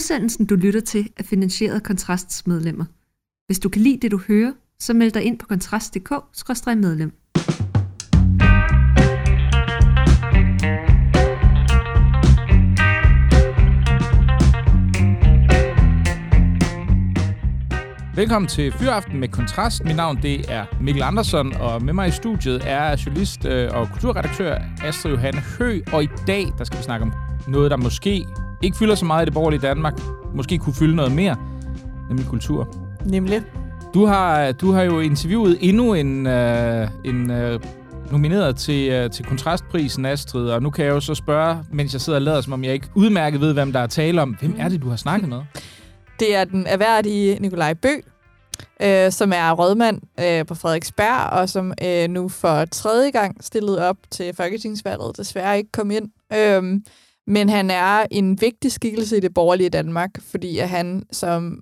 Udsendelsen, du lytter til, er finansieret af Kontrasts medlemmer. Hvis du kan lide det, du hører, så meld dig ind på kontrast.dk/medlem. Velkommen til Fyraften med Kontrast. Mit navn det er Mikkel Andersson, og med mig i studiet er journalist og kulturredaktør Astrid Johanne Høgh. Og i dag der skal vi snakke om noget, der måske ikke fylder så meget i det borgerlige Danmark. Måske kunne fylde noget mere, nemlig kultur. Nemlig. Du har jo interviewet endnu en nomineret til Kontrastprisen, Astrid. Og nu kan jeg jo så spørge, mens jeg sidder og lader, som om jeg ikke udmærket ved, hvem der er tale om. Hvem er det, du har snakket med? Det er den erhverdige Nikolaj Bøgh, som er rådmand på Frederiksberg, og som nu for tredje gang stillede op til folketingsvalget. Desværre ikke kom ind. Men han er en vigtig skikkelse i det borgerlige Danmark, fordi at han som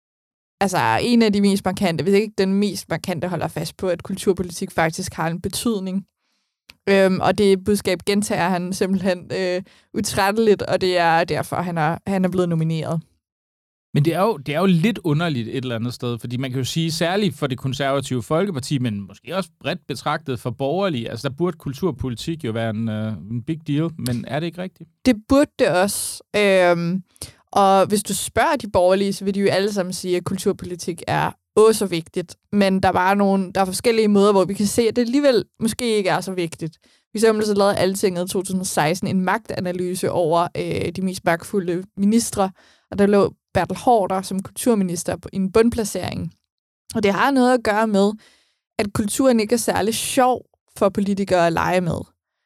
en af de mest markante, hvis ikke den mest markante, holder fast på, at kulturpolitik faktisk har en betydning. Og det budskab gentager han simpelthen utrætteligt, og det er derfor, han er blevet nomineret. Men det er jo lidt underligt et eller andet sted, fordi man kan jo sige, særligt for det konservative Folkeparti, men måske også bredt betragtet for borgerlige, altså der burde kulturpolitik jo være en big deal, men er det ikke rigtigt? Det burde det også. Og hvis du spørger de borgerlige, så vil de jo alle sammen sige, at kulturpolitik er så vigtigt. Men der er forskellige måder, hvor vi kan se, at det alligevel måske ikke er så vigtigt. Vi så lavede Altinget i 2016 en magtanalyse over de mest magtfulde ministre, og der lå Bertel Haarder som kulturminister i en bundplacering. Og det har noget at gøre med, at kulturen ikke er særlig sjov for politikere at lege med.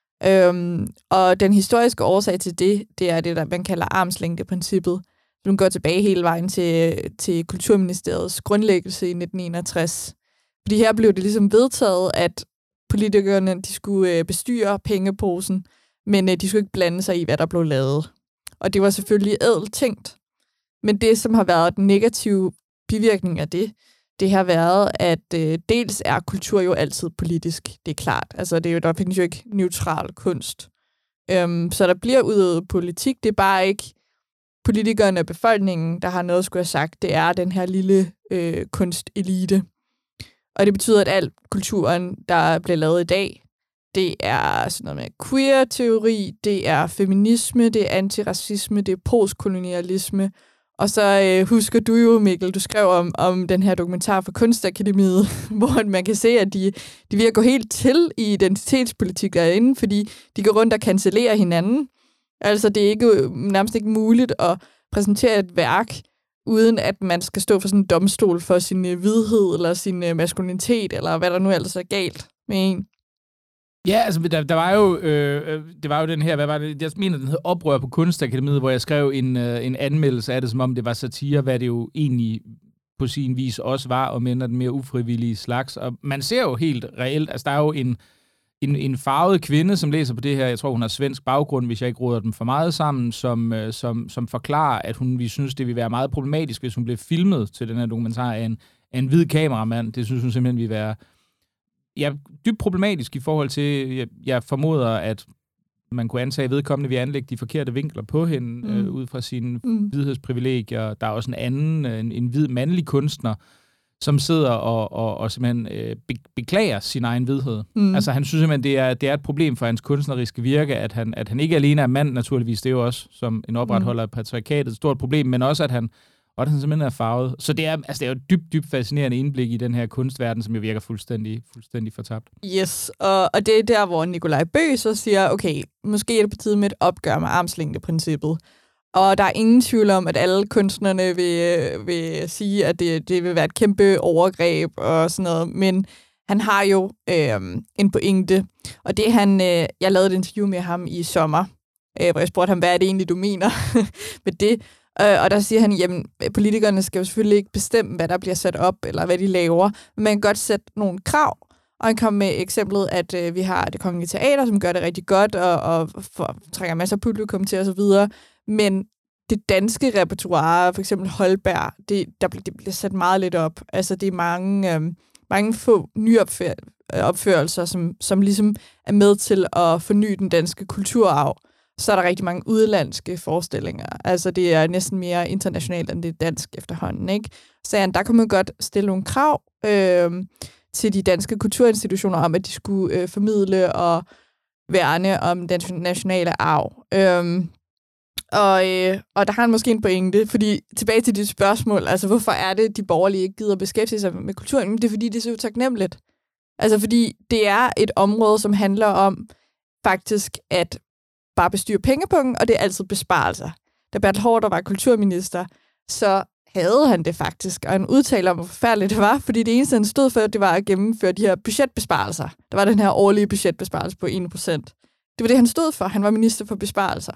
Og den historiske årsag til det er det, der man kalder armslængdeprincippet. Den går tilbage hele vejen til Kulturministeriets grundlæggelse i 1961. Fordi her blev det ligesom vedtaget, at politikerne de skulle bestyre pengeposen, men de skulle ikke blande sig i, hvad der blev lavet. Og det var selvfølgelig ædelt tænkt. Men det, som har været den negative bivirkning af det har været, at dels er kultur jo altid politisk, det er klart. Altså, der findes jo ikke neutral kunst. Så der bliver udøvet politik, det er bare ikke politikerne og befolkningen, der har noget at skulle have sagt. Det er den her lille kunstelite. Og det betyder, at al kulturen, der bliver lavet i dag, det er sådan noget med queer-teori, det er feminisme, det er antiracisme, det er postkolonialisme. Og så husker du jo, Mikkel, du skrev om den her dokumentar fra Kunstakademiet, hvor man kan se, at de vil gå helt til i identitetspolitik derinde, fordi de går rundt og cancellerer hinanden. Altså, det er nærmest ikke muligt at præsentere et værk, uden at man skal stå for sådan en domstol for sin hvidhed, eller sin maskulinitet, eller hvad der nu ellers er galt med en. Ja, altså, der var jo, det var jo den her, hvad var det? Jeg mener, den hed Oprør på Kunstakademiet, hvor jeg skrev en anmeldelse af det, som om det var satire, hvad det jo egentlig på sin vis også var, og men den mere ufrivillige slags. Og man ser jo helt reelt, altså der er jo en farvet kvinde, som læser på det her, jeg tror, hun har svensk baggrund, hvis jeg ikke råder dem for meget sammen, som forklarer, at vi synes, det vil være meget problematisk, hvis hun blev filmet til den her dokumentar af en hvid kameramand. Det synes hun simpelthen vil være dybt problematisk i forhold til, jeg formoder, at man kunne antage, at vedkommende vil anlægge de forkerte vinkler på hende, ud fra sine hvidhedsprivilegier. Der er også en anden, en hvid mandlig kunstner, som sidder og simpelthen beklager sin egen hvidhed. Altså, han synes simpelthen, det er et problem for hans kunstneriske virke, at han ikke alene er mand, naturligvis, det er jo også, som en opretholder af patriarkatet, et stort problem, men også, at han simpelthen er farvet. Så det er jo et dybt fascinerende indblik i den her kunstverden, som jo virker fuldstændig fortabt. Yes, og det er der, hvor Nikolaj Bøgh så siger, okay, måske er det på tide med et opgør med armslængdeprincippet. Og der er ingen tvivl om, at alle kunstnerne vil sige, at det vil være et kæmpe overgreb og sådan noget. Men han har jo en pointe. Og det jeg lavede et interview med ham i sommer, hvor jeg spurgte ham, hvad er det egentlig, du mener med det? Og der siger han, jamen, politikerne skal jo selvfølgelig ikke bestemme, hvad der bliver sat op, eller hvad de laver. Men man kan godt sætte nogle krav. Og han kom med eksemplet, at vi har Det Kongelige Teater, som gør det rigtig godt, og trækker masser af publikum til osv. Men det danske repertoire, for eksempel Holberg, det bliver sat meget lidt op. Altså, det er mange få nye opførelser, som ligesom er med til at forny den danske kulturarv. så er der rigtig mange udenlandske forestillinger. Altså, det er næsten mere internationalt, end det er dansk efterhånden, ikke? Så der kunne man godt stille nogle krav til de danske kulturinstitutioner om, at de skulle formidle og værne om den nationale arv. Og der har han måske en pointe, fordi tilbage til dit spørgsmål, altså hvorfor er det, de borgerlige ikke gider beskæftige sig med kulturen? Men det er fordi, det er så utaknemmeligt. Altså fordi det er et område, som handler om faktisk at bare bestyre pengepungen, og det er altid besparelser. Da Bertel Haarder var kulturminister, så havde han det faktisk, og han udtaler om, hvor forfærdeligt det var, fordi det eneste, han stod for, det var at gennemføre de her budgetbesparelser. Der var den her årlige budgetbesparelse på 1%. Det var det, han stod for. Han var minister for besparelser.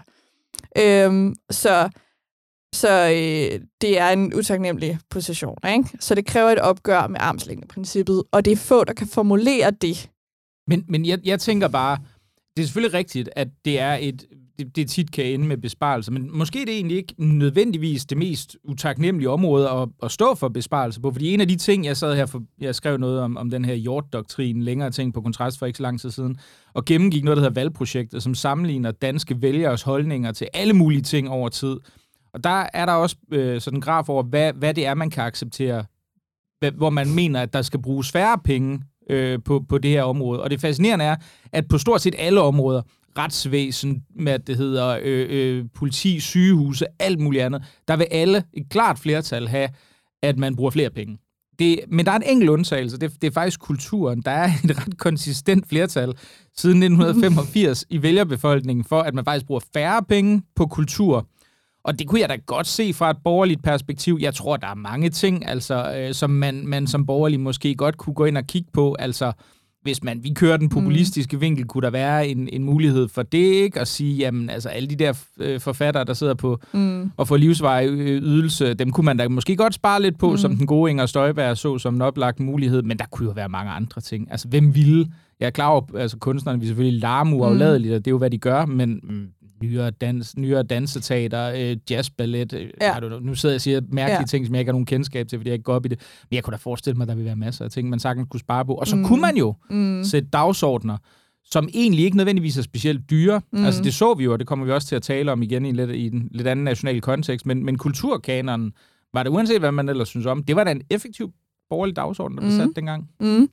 Så det er en utaknemmelig position, ikke? Så det kræver et opgør med armslængdeprincippet, og det er få, der kan formulere det. Men jeg tænker bare, det er selvfølgelig rigtigt, at det tit kan ende med besparelser, men måske er det egentlig ikke nødvendigvis det mest utaknemmelige område at stå for besparelser på, fordi en af de ting, jeg sad her jeg skrev noget om den her Hjort-doktrin, længere ting på Kontrast for ikke så lang tid siden, og gennemgik noget, der hedder valgprojektet, som sammenligner danske vælgeres holdninger til alle mulige ting over tid. Og der er der også sådan en graf over, hvad det er, man kan acceptere, hvor man mener, at der skal bruges færre penge på det her område. Og det fascinerende er, at på stort set alle områder, retsvæsen, med det hedder politi, sygehuse, alt muligt andet, der vil alle, et klart flertal, have, at man bruger flere penge. Men der er en enkelt undtagelse, det er faktisk kulturen. Der er et ret konsistent flertal siden 1985 i vælgerbefolkningen for, at man faktisk bruger færre penge på kultur. Og det kunne jeg da godt se fra et borgerligt perspektiv. Jeg tror, der er mange ting, altså, som man som borgerlig måske godt kunne gå ind og kigge på. Altså, hvis vi kører den populistiske vinkel, kunne der være en mulighed for det, ikke? At sige, jamen, altså, alle de der forfattere, der sidder på og får livsvarig ydelse, dem kunne man da måske godt spare lidt på, som den gode Inger Støjberg så som en oplagt mulighed, men der kunne jo være mange andre ting. Altså, hvem ville? Jeg er klar over, altså kunstnerne vil selvfølgelig larme uafladeligt, og det er jo, hvad de gør, men nyere danseteater, jazzballet. Ja. Nu sidder jeg og siger mærkelige ting, som jeg ikke har nogen kendskab til, fordi jeg ikke går op i det. Men jeg kunne da forestille mig, at der vil være masser af ting, man sagtens kunne spare på. Og så kunne man jo sætte dagsordner, som egentlig ikke nødvendigvis er specielt dyre. Altså det så vi jo, og det kommer vi også til at tale om igen i en lidt anden national kontekst. Men kulturkanonen, var det uanset hvad man ellers synes om, det var da en effektiv borgerlig dagsorden, der blev sat dengang.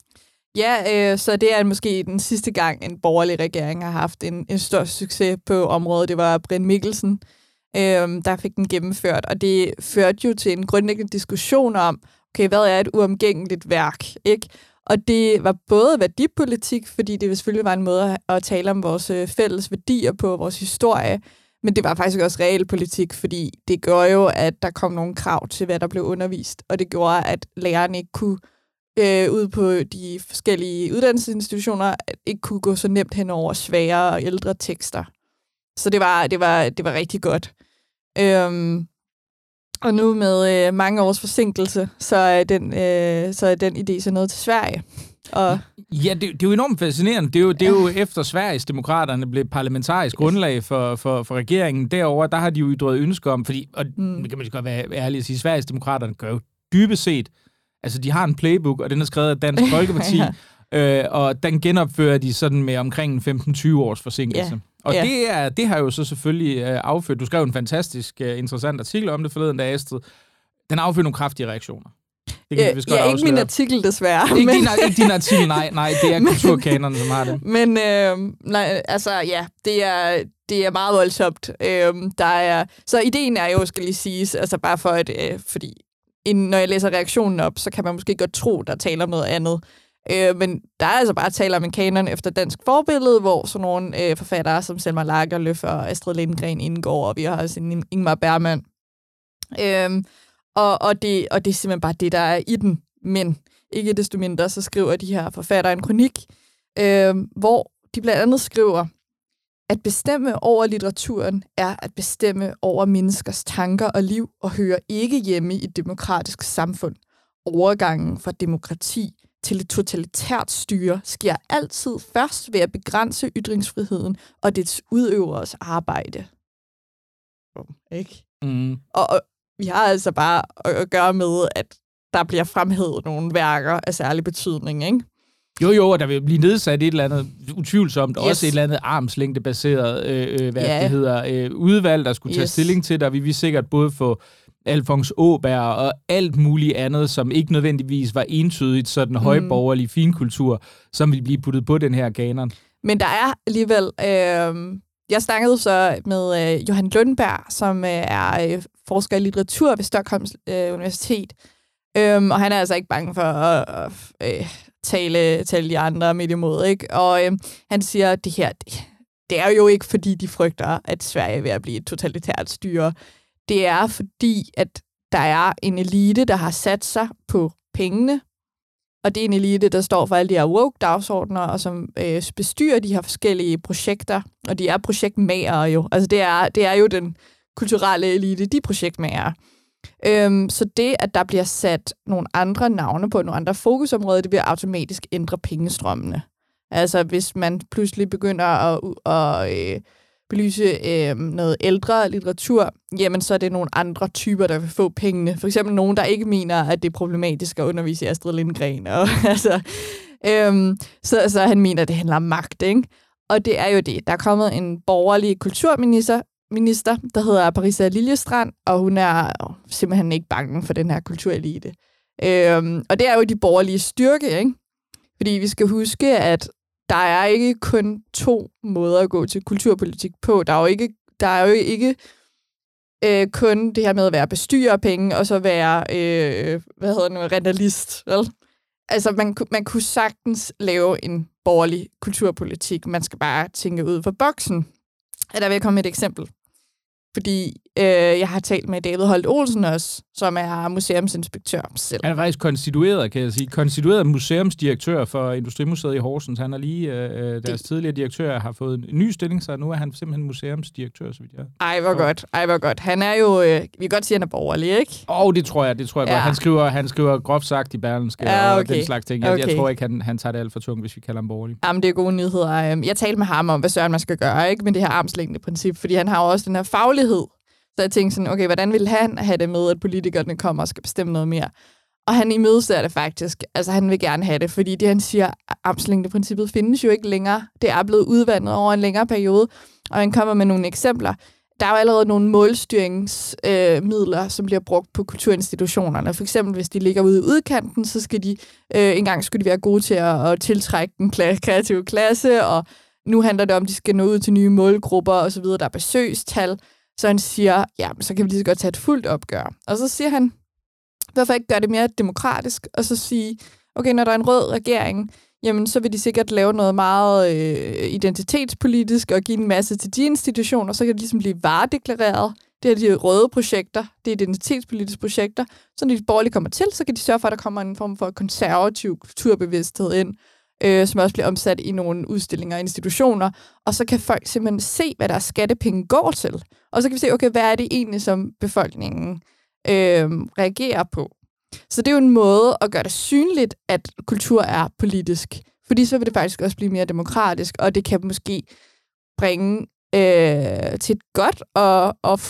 Ja, så det er måske den sidste gang, en borgerlig regering har haft en stor succes på området. Det var Brind Mikkelsen, der fik den gennemført, og det førte jo til en grundlæggende diskussion om, okay, hvad er et uomgængeligt værk, ikke? Og det var både værdipolitik, fordi det selvfølgelig var en måde at tale om vores fælles værdier på, vores historie, men det var faktisk også realpolitik, fordi det gjorde jo, at der kom nogle krav til, hvad der blev undervist, og det gjorde, at lærerne ikke kunne ude på de forskellige uddannelsesinstitutioner ikke kunne gå så nemt hen over svære og ældre tekster. Så det var rigtig godt. Og nu med mange års forsinkelse, så er den idé så noget til Sverige. Og ja, det er jo enormt fascinerende. Det er jo efter Sveriges demokraterne blev parlamentarisk grundlag for regeringen derovre, der har de jo ytret ønsker om, fordi, og det kan man godt være ærlig at sige, Sveriges demokraterne gør jo dybest set. Altså, de har en playbook, og den er skrevet af Dansk Folkeparti, og den genopfører de sådan med omkring 15-20 års forsinkelse. Ja. Og det har jo så selvfølgelig afført. Du skrev en fantastisk interessant artikel om det forleden dag, Astrid. Den affører nogle kraftige reaktioner. Det kan vi vist godt afsløre. Ikke min artikel, desværre. Ikke din artikel, nej. Det er kulturkanerne, som har det. Men det er meget voldsomt. Så ideen er jo, skal lige siges, altså bare for at, fordi når jeg læser reaktionen op, så kan man måske godt tro, der taler om noget andet. Men der er altså bare tale om en kanon efter dansk forbillede, hvor sådan nogle forfattere som Selma Lagerlöf og Astrid Lindgren indgår, og vi har også en Ingmar Bergman. Og det er simpelthen bare det, der er i den. Men ikke desto mindre, så skriver de her forfattere en kronik, hvor de blandt andet skriver, at bestemme over litteraturen er at bestemme over menneskers tanker og liv og hører ikke hjemme i et demokratisk samfund. Overgangen fra demokrati til et totalitært styre sker altid først ved at begrænse ytringsfriheden og dets udøveres arbejde. Ikke? Og vi har altså bare at gøre med, at der bliver fremhævet nogle værker af særlig betydning, ikke? Jo, og der vil blive nedsat et eller andet utvivlsomt, også et eller andet armslængdebaseret udvalg, der skulle tage stilling til, der vil vi sikkert både få Alfons Åberg og alt muligt andet, som ikke nødvendigvis var entydigt sådan højborgerlig finkultur, som vil blive puttet på den her kanon. Men der er alligevel... jeg snakkede så med Johan Lundberg, som er forsker i litteratur ved Stockholms Universitet. Og han er altså ikke bange for at tale de andre midt imod, ikke? Og han siger, at det er jo ikke, fordi de frygter, at Sverige er ved at blive et totalitært styre. Det er fordi, at der er en elite, der har sat sig på pengene, og det er en elite, der står for alle de her woke-dagsordner, og som bestyrer de her forskellige projekter, og de er projektmagere jo. Altså det er jo den kulturelle elite, de projektmagere. Så det, at der bliver sat nogle andre navne på nogle andre fokusområder, det vil automatisk ændre pengestrømmene. Altså hvis man pludselig begynder at belyse noget ældre litteratur, jamen så er det nogle andre typer, der vil få pengene. For eksempel nogen, der ikke mener, at det er problematisk at undervise i Astrid Lindgren. Og, så han mener, at det handler om magt, ikke? Og det er jo det. Der er kommet en borgerlig kulturminister, der hedder Parisa Liljestrand, og hun er simpelthen ikke bange for den her kulturelite. Og det er jo de borgerlige styrke, ikke? Fordi vi skal huske, at der er ikke kun 2 måder at gå til kulturpolitik på. Der er jo ikke kun det her med at være bestyrer af penge, og så være, rentalist. Vel? Altså, man kunne sagtens lave en borgerlig kulturpolitik. Man skal bare tænke ud for boksen. Og der vil komme et eksempel. Fordi jeg har talt med David Holt Olsen også, som er museumsinspektør selv. Han er faktisk konstitueret, kan jeg sige. Konstitueret museumsdirektør for Industrimuseet i Horsens. Han er lige, deres tidligere direktør har fået en ny stilling, så nu er han simpelthen museumsdirektør, så vidt jeg. Ej, hvor godt. Han er jo, vi kan godt sige, at han er borgerlig, ikke? Det tror jeg godt. Han skriver groft sagt i Berlingske og den slags ting. Jeg tror ikke, han tager det alt for tungt, hvis vi kalder ham borgerlig. Jamen, det er gode nyheder. Jeg talte med ham om, hvad søren man skal gøre, ikke? Med det her armslængdeprincip, fordi han har jo også den her faglighed. Så jeg tænkte sådan, okay, hvordan vil han have det med, at politikerne kommer og skal bestemme noget mere? Og han imødeser det faktisk. Altså, han vil gerne have det, fordi det, han siger, armslængdeprincippet findes jo ikke længere. Det er blevet udvandet over en længere periode, og han kommer med nogle eksempler. Der er jo allerede nogle målstyringsmidler, som bliver brugt på kulturinstitutionerne. For eksempel, hvis de ligger ude i udkanten, så skal de engang skulle de være gode til at tiltrække den kreative klasse, og nu handler det om, at de skal nå ud til nye målgrupper osv. Der er besøgstal. Så han siger, ja, så kan vi lige så godt tage et fuldt opgør. Og så siger han, hvorfor ikke gøre det mere demokratisk, og så sige, okay, når der er en rød regering, jamen så vil de sikkert lave noget meget identitetspolitisk og give en masse til de institutioner, så kan det ligesom blive varedeklareret. Det er de røde projekter, det er identitetspolitiske projekter. Så når de borgerlige kommer til, så kan de sørge for, at der kommer en form for konservativ kulturbevidsthed ind, som også bliver omsat i nogle udstillinger og institutioner, og så kan folk simpelthen se, hvad deres skattepenge går til. Og så kan vi se, okay, hvad er det egentlig, som befolkningen reagerer på. Så det er jo en måde at gøre det synligt, at kultur er politisk. Fordi så vil det faktisk også blive mere demokratisk, og det kan måske bringe til et godt og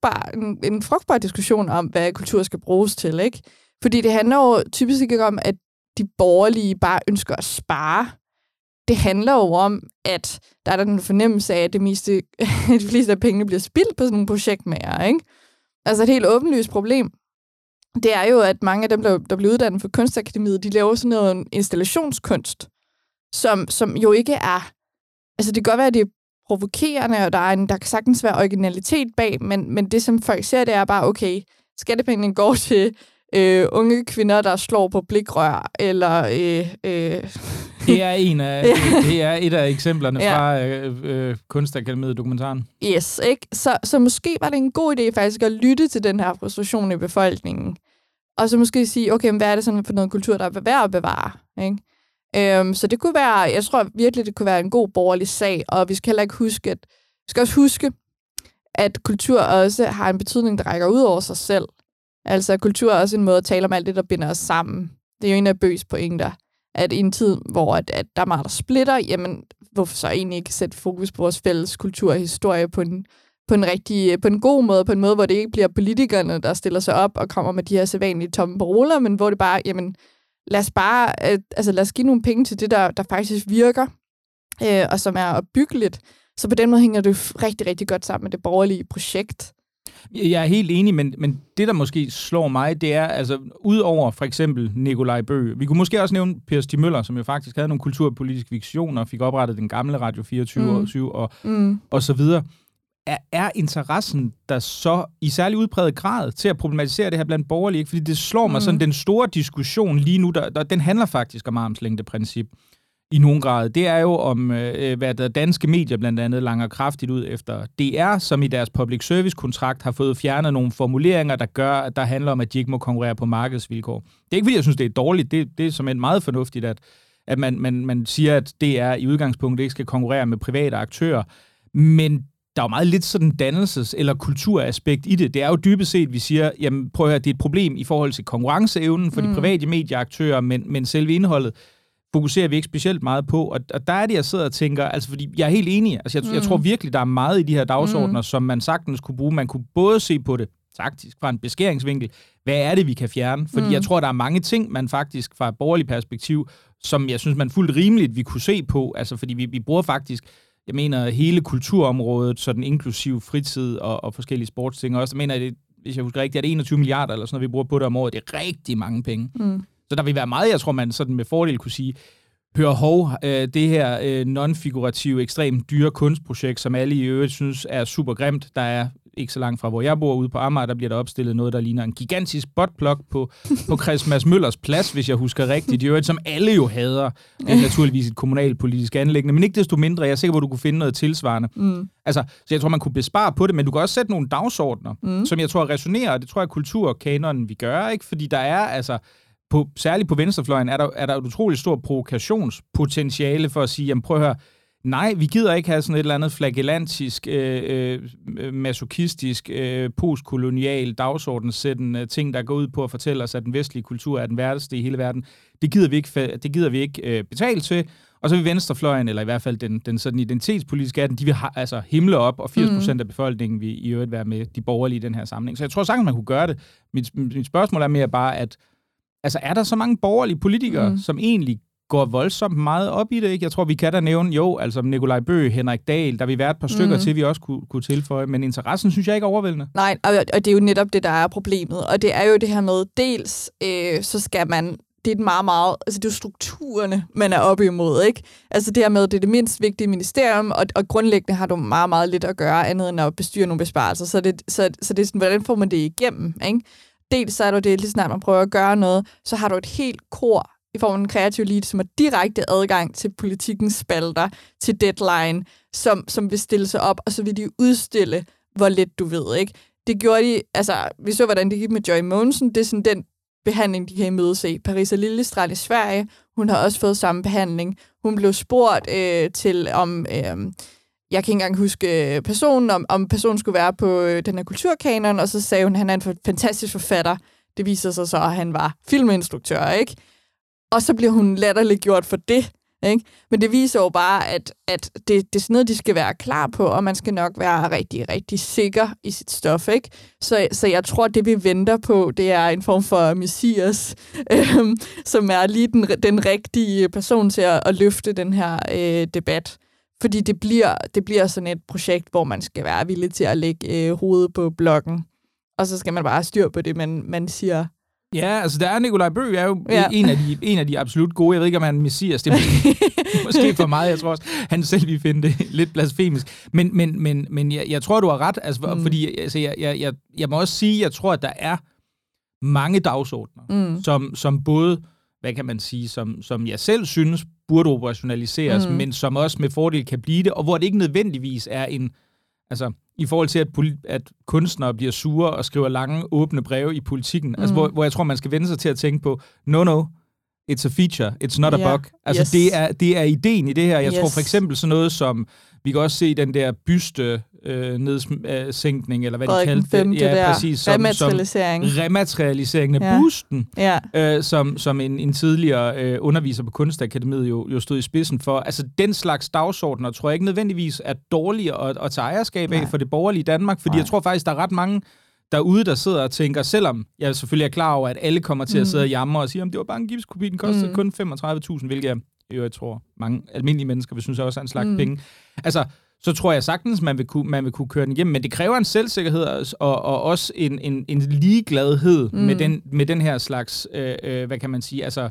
en frugtbar diskussion om, hvad kultur skal bruges til, ikke? Fordi det handler jo typisk ikke om, at de borgerlige bare ønsker at spare. Det handler jo om, at der er den fornemmelse af, at de fleste af pengene bliver spildt på sådan nogle projektmager, ikke? Altså et helt åbenlyst problem, det er jo, at mange af dem, der bliver uddannet for Kunstakademiet, de laver sådan noget installationskunst, som jo ikke er... Altså det kan godt være, at det er provokerende, og der kan sagtens være originalitet bag, men det, som folk ser, det er bare, okay, skattepengene går til unge kvinder, der slår på blikrør, eller... Det er et af eksemplerne fra Kunstakademiet dokumentaren. Yes, ikke? Så måske var det en god idé faktisk at lytte til den her frustration i befolkningen. Og så måske sige, okay, hvad er det sådan for noget kultur, der er værd at bevare? Ikke? Så det kunne være, jeg tror virkelig, det kunne være en god borgerlig sag, og vi skal heller ikke huske, at kultur også har en betydning, der rækker ud over sig selv. Altså, kultur er også en måde at tale om alt det, der binder os sammen. Det er jo en af Bøghs pointer, at i en tid, hvor at der er meget, der splitter, jamen, hvorfor så egentlig ikke sætte fokus på vores fælles kultur og historie på en god måde, på en måde, hvor det ikke bliver politikerne, der stiller sig op og kommer med de her sædvanlige tomme paroler, men hvor det bare, jamen, lad os give nogle penge til det, der faktisk virker, og som er opbyggeligt. Så på den måde hænger det rigtig, rigtig godt sammen med det borgerlige projekt. Jeg er helt enig, men det, der måske slår mig, det er, altså, udover for eksempel Nikolaj Bøgh, vi kunne måske også nævne Per Stig Møller, som jo faktisk havde nogle kulturpolitiske visioner, og fik oprettet den gamle Radio 24 og så videre. Er interessen der så i særlig udpræget grad til at problematisere det her blandt borgerlige? Ikke? Fordi det slår mig sådan, den store diskussion lige nu, den handler faktisk om armslængdeprincip i nogen grad. Det er jo om, hvad der danske medier blandt andet langer kraftigt ud efter DR, som i deres public service-kontrakt har fået fjernet nogle formuleringer, der gør, at der handler om, at de ikke må konkurrere på markedsvilkår. Det er ikke, fordi jeg synes, det er dårligt. Det er simpelthen meget fornuftigt, at man siger, at DR i udgangspunktet ikke skal konkurrere med private aktører. Men der er jo meget lidt sådan dannelses- eller kulturaspekt i det. Det er jo dybest set, vi siger, jamen prøv at høre, det er et problem i forhold til konkurrenceevnen for de private medieaktører, men selve indholdet fokuserer vi ikke specielt meget på. Og der er det, jeg sidder og tænker, altså fordi jeg er helt enig, altså jeg tror virkelig, der er meget i de her dagsordner, som man sagtens kunne bruge. Man kunne både se på det taktisk fra en beskæringsvinkel. Hvad er det, vi kan fjerne? Fordi jeg tror, der er mange ting, man faktisk fra et borgerligt perspektiv, som jeg synes, man fuldt rimeligt, vi kunne se på. Altså fordi vi bruger faktisk, jeg mener, hele kulturområdet, sådan inklusiv fritid og forskellige sportsting også. Jeg mener, det, hvis jeg husker rigtigt, er det 21 milliarder eller sådan noget, vi bruger på det om året. Det er rigtig mange penge. Så der vil være meget, jeg tror, man sådan med fordel kunne sige, hør det her non-figurative, ekstremt dyre kunstprojekt, som alle i øvrigt synes er super grimt. Der er ikke så langt fra, hvor jeg bor ude på Amager, der bliver der opstillet noget, der ligner en gigantisk buttplug på Chris Mads Møllers plads, hvis jeg husker rigtigt. I øvrigt, som alle jo hader. Det er naturligvis et kommunalpolitisk anliggende, men ikke desto mindre. Jeg er sikker på, at du kunne finde noget tilsvarende. Altså, så jeg tror, man kunne bespare på det, men du kan også sætte nogle dagsordner, som jeg tror resonerer, og det tror jeg, kulturkanonen vi gør, ikke? Fordi der er altså særligt på venstrefløjen, er der et utroligt stort provokationspotentiale for at sige, jamen prøv at høre, nej, vi gider ikke have sådan et eller andet flagellantisk, masochistisk, postkolonial dagsordenssættende ting, der går ud på at fortælle os, at den vestlige kultur er den værste i hele verden. Det gider vi ikke betale til. Og så vil venstrefløjen, eller i hvert fald den sådan identitetspolitiske af den, de vil altså himle op, og 80% af befolkningen vil i øvrigt være med de borgerlige i den her sammenhæng. Så jeg tror sagtens, man kunne gøre det. Mit spørgsmål er mere bare, at altså, er der så mange borgerlige politikere, som egentlig går voldsomt meget op i det, ikke? Jeg tror, vi kan da nævne, altså Nikolaj Bøgh, Henrik Dahl, der vil være et par stykker til, vi også kunne tilføje, men interessen synes jeg ikke er overvældende. Nej, og det er jo netop det, der er problemet, og det er jo det her med, dels så skal man, det er meget, meget, altså det er jo strukturerne, man er oppe imod, ikke? Altså det her med, det er det mindst vigtige ministerium, og grundlæggende har du meget, meget lidt at gøre, andet end at bestyre nogle besparelser, så det er sådan, hvordan får man det igennem, ikke? Dels så er du det, lige snart man prøver at gøre noget, så har du et helt kor i form af en kreativ elite, som har direkte adgang til politikens spalter, til deadline, som vil stille sig op, og så vil de udstille, hvor lidt du ved, ikke? Det gjorde de, altså, vi så, hvordan det gik med Joy Mogensen, det er sådan den behandling, de kan imødese. Parisa Lillestrand i Sverige, hun har også fået samme behandling. Hun blev spurgt til, om jeg kan ikke engang huske personen, om personen skulle være på den her kulturkanon, og så sagde hun, at han er en fantastisk forfatter. Det viser sig så, at han var filminstruktør, ikke? Og så bliver hun latterliggjort for det, ikke? Men det viser jo bare, at det er sådan noget, de skal være klar på, og man skal nok være rigtig, rigtig sikker i sit stof, ikke? Så jeg tror, det vi venter på, det er en form for messias, som er lige den rigtige person til at løfte den her debat. Fordi det bliver sådan et projekt, hvor man skal være villig til at lægge hovedet på blokken. Og så skal man bare have styr på det, man siger. Ja, altså der er Nikolaj Bøgh, er jo en af de absolut gode. Jeg ved ikke, om han er messias. Det er måske for meget. Jeg tror også, han selv vil finde det lidt blasfemisk. Men jeg tror, du har ret. Altså, fordi altså, jeg må også sige, jeg tror, at der er mange dagsordner, som både, hvad kan man sige, som jeg selv synes burde operationaliseres, men som også med fordel kan blive det, og hvor det ikke nødvendigvis er en, altså i forhold til, at kunstnere bliver sure og skriver lange, åbne breve i politikken, altså hvor jeg tror, man skal vende sig til at tænke på, no, it's a feature, it's not a bug. Altså det er ideen i det her. Jeg tror for eksempel sådan noget som, vi kan også se den der byste nedsænkning, eller hvad de kaldte det. Ja, præcis. Rematerialiseringen af busten, som en tidligere underviser på Kunstakademiet jo stod i spidsen for. Altså den slags dagsordner, tror jeg ikke nødvendigvis er dårlige at tage ejerskab af for det borgerlige Danmark, fordi jeg tror faktisk, der er ret mange, derude, der sidder og tænker, selvom jeg selvfølgelig er klar over, at alle kommer til at sidde og jamre og sige, om det var bare en gipskopi, den kostede kun 35.000, hvilket jeg tror, mange almindelige mennesker vil synes også er en slags penge. Altså, så tror jeg sagtens, man vil kunne køre den igennem, men det kræver en selvsikkerhed og også en ligegladhed med den her slags, hvad kan man sige, altså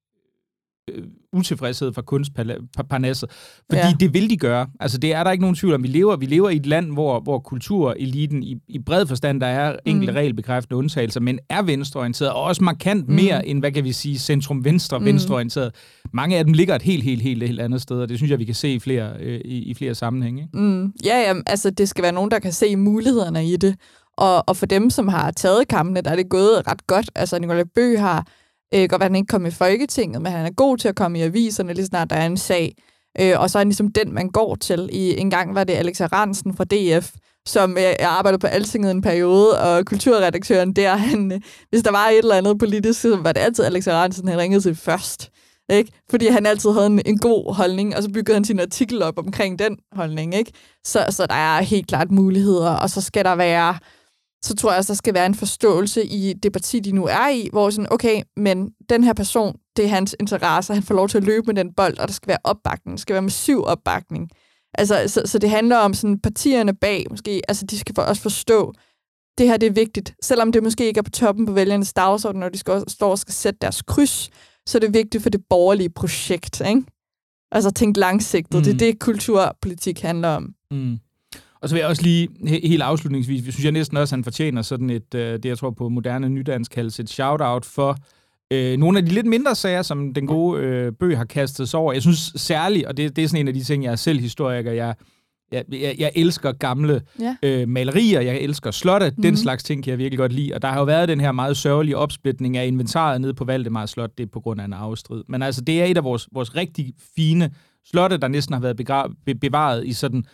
utilfredshed fra kunstparnasset. Fordi det vil de gøre. Altså, det er der ikke nogen tvivl om. Vi lever i et land, hvor kultureliten i bred forstand, der er enkelte regelbekræftende undtagelser, men er venstreorienteret, og også markant mere end, hvad kan vi sige, venstreorienteret. Mange af dem ligger et helt andet sted, og det synes jeg, vi kan se i flere sammenhænge. Ja, altså, det skal være nogen, der kan se mulighederne i det. Og for dem, som har taget kampene, der er det gået ret godt. Altså, Nikolaj Bøgh har godt være, han ikke kom i Folketinget, men han er god til at komme i aviserne, lige snart der er en sag. Og så er han ligesom den, man går til. En gang var det Alex Ahrendtsen fra DF, som jeg arbejdede på Altinget en periode, og kulturredaktøren der, hvis der var et eller andet politisk, så var det altid Alex Ahrendtsen, han ringede til først. Ikke? Fordi han altid havde en god holdning, og så byggede han sin artikel op omkring den holdning. Ikke? Så der er helt klart muligheder, og så skal der være... Så tror jeg også, der skal være en forståelse i det parti, de nu er i, hvor sådan, okay, men den her person, det er hans interesse, han får lov til at løbe med den bold, og der skal være opbakning, der skal være massiv opbakning. Altså, så det handler om sådan partierne bag, måske, altså de skal også forstå, det her det er vigtigt, selvom det måske ikke er på toppen på vælgernes dagsorden, når de står og skal sætte deres kryds, så er det vigtigt for det borgerlige projekt, ikke? Altså tænk langsigtet, det er det, kulturpolitik handler om. Og så vil jeg også lige helt afslutningsvis, synes jeg næsten også, han fortjener sådan et, det jeg tror på moderne nydansk kaldes et shout-out for nogle af de lidt mindre sager, som den gode Bøgh har kastet sig over. Jeg synes særligt, og det er sådan en af de ting, jeg er selv historiker, jeg elsker gamle malerier, jeg elsker slotte, den slags ting kan jeg virkelig godt lide. Og der har jo været den her meget sørgelige opsplitning af inventaret nede på Valdemar Slot, det er på grund af en arvestrid. Men altså, det er et af vores rigtig fine slotte, der næsten har været bevaret i sådan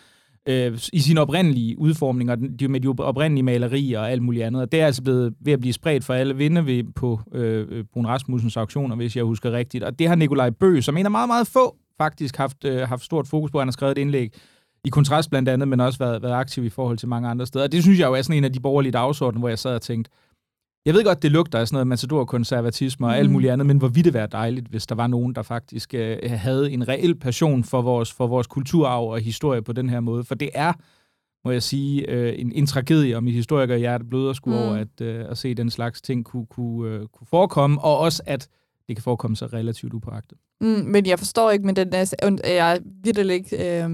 i sin oprindelige udformning, og med de oprindelige malerier og alt muligt andet. Og det er altså blevet ved at blive spredt for alle vinde på Brun Rasmussens auktioner, hvis jeg husker rigtigt. Og det har Nikolaj Bøgh, som en af meget, meget få, faktisk haft stort fokus på. Han har skrevet et indlæg i Kontrast blandt andet, men også været aktiv i forhold til mange andre steder. Og det synes jeg jo er sådan en af de borgerlige dagsordner, hvor jeg sad og tænkte, jeg ved godt, det lugter af sådan noget matador-konservatisme og alt muligt andet, men hvor ville det være dejligt, hvis der var nogen, der faktisk havde en reel passion for vores kulturarv og historie på den her måde. For det er, må jeg sige, en tragedie, og mit historikerhjerte bløder sgu over at se den slags ting kunne forekomme, og også at det kan forekomme så relativt upåagtet. Men jeg forstår ikke, men jeg er virkelig ikke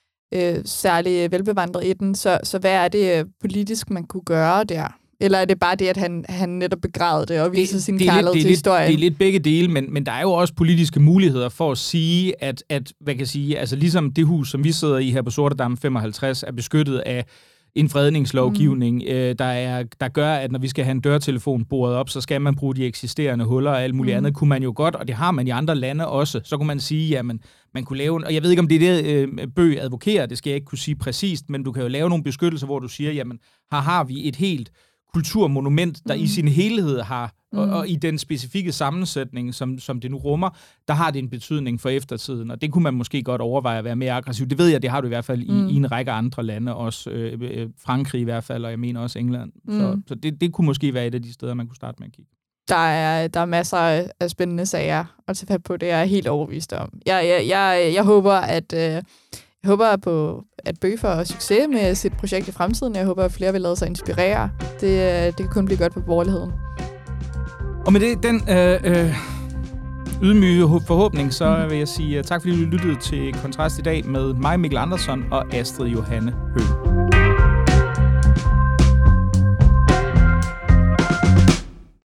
særlig velbevandret i den, så hvad er det politisk, man kunne gøre der? Eller er det bare det, at han netop begravede det og viser sin kærlighed til historien? Det er lidt begge dele, men der er jo også politiske muligheder for at sige, at hvad kan jeg sige, altså ligesom det hus, som vi sidder i her på Sortedam 55, er beskyttet af en fredningslovgivning, der gør, at når vi skal have en dørtelefon boret op, så skal man bruge de eksisterende huller og alt muligt andet. Kunne man jo godt, og det har man i andre lande også, så kunne man sige, jamen, man kunne lave, og jeg ved ikke, om det er det, Bøgh advokerer, det skal jeg ikke kunne sige præcist, men du kan jo lave nogle beskyttelser, hvor du siger, jamen, her har vi et helt kulturmonument, der i sin helhed har, og i den specifikke sammensætning, som det nu rummer, der har det en betydning for eftertiden, og det kunne man måske godt overveje at være mere aggressiv. Det ved jeg, det har du i hvert fald i en række andre lande, også Frankrig i hvert fald, og jeg mener også England. Så det kunne måske være et af de steder, man kunne starte med at kigge. Der er masser af spændende sager at tage fat på, det er jeg helt overbevist om. Jeg håber på, at Bøgh får succes med sit projekt i fremtiden. Jeg håber, at flere vil lade sig inspirere. Det kan kun blive godt for borgerligheden. Og med det, den ydmyge forhåbning, så vil jeg sige tak, fordi du lyttede til Kontrast i dag med mig, Mikkel Andersson, og Astrid Johanne Høgh.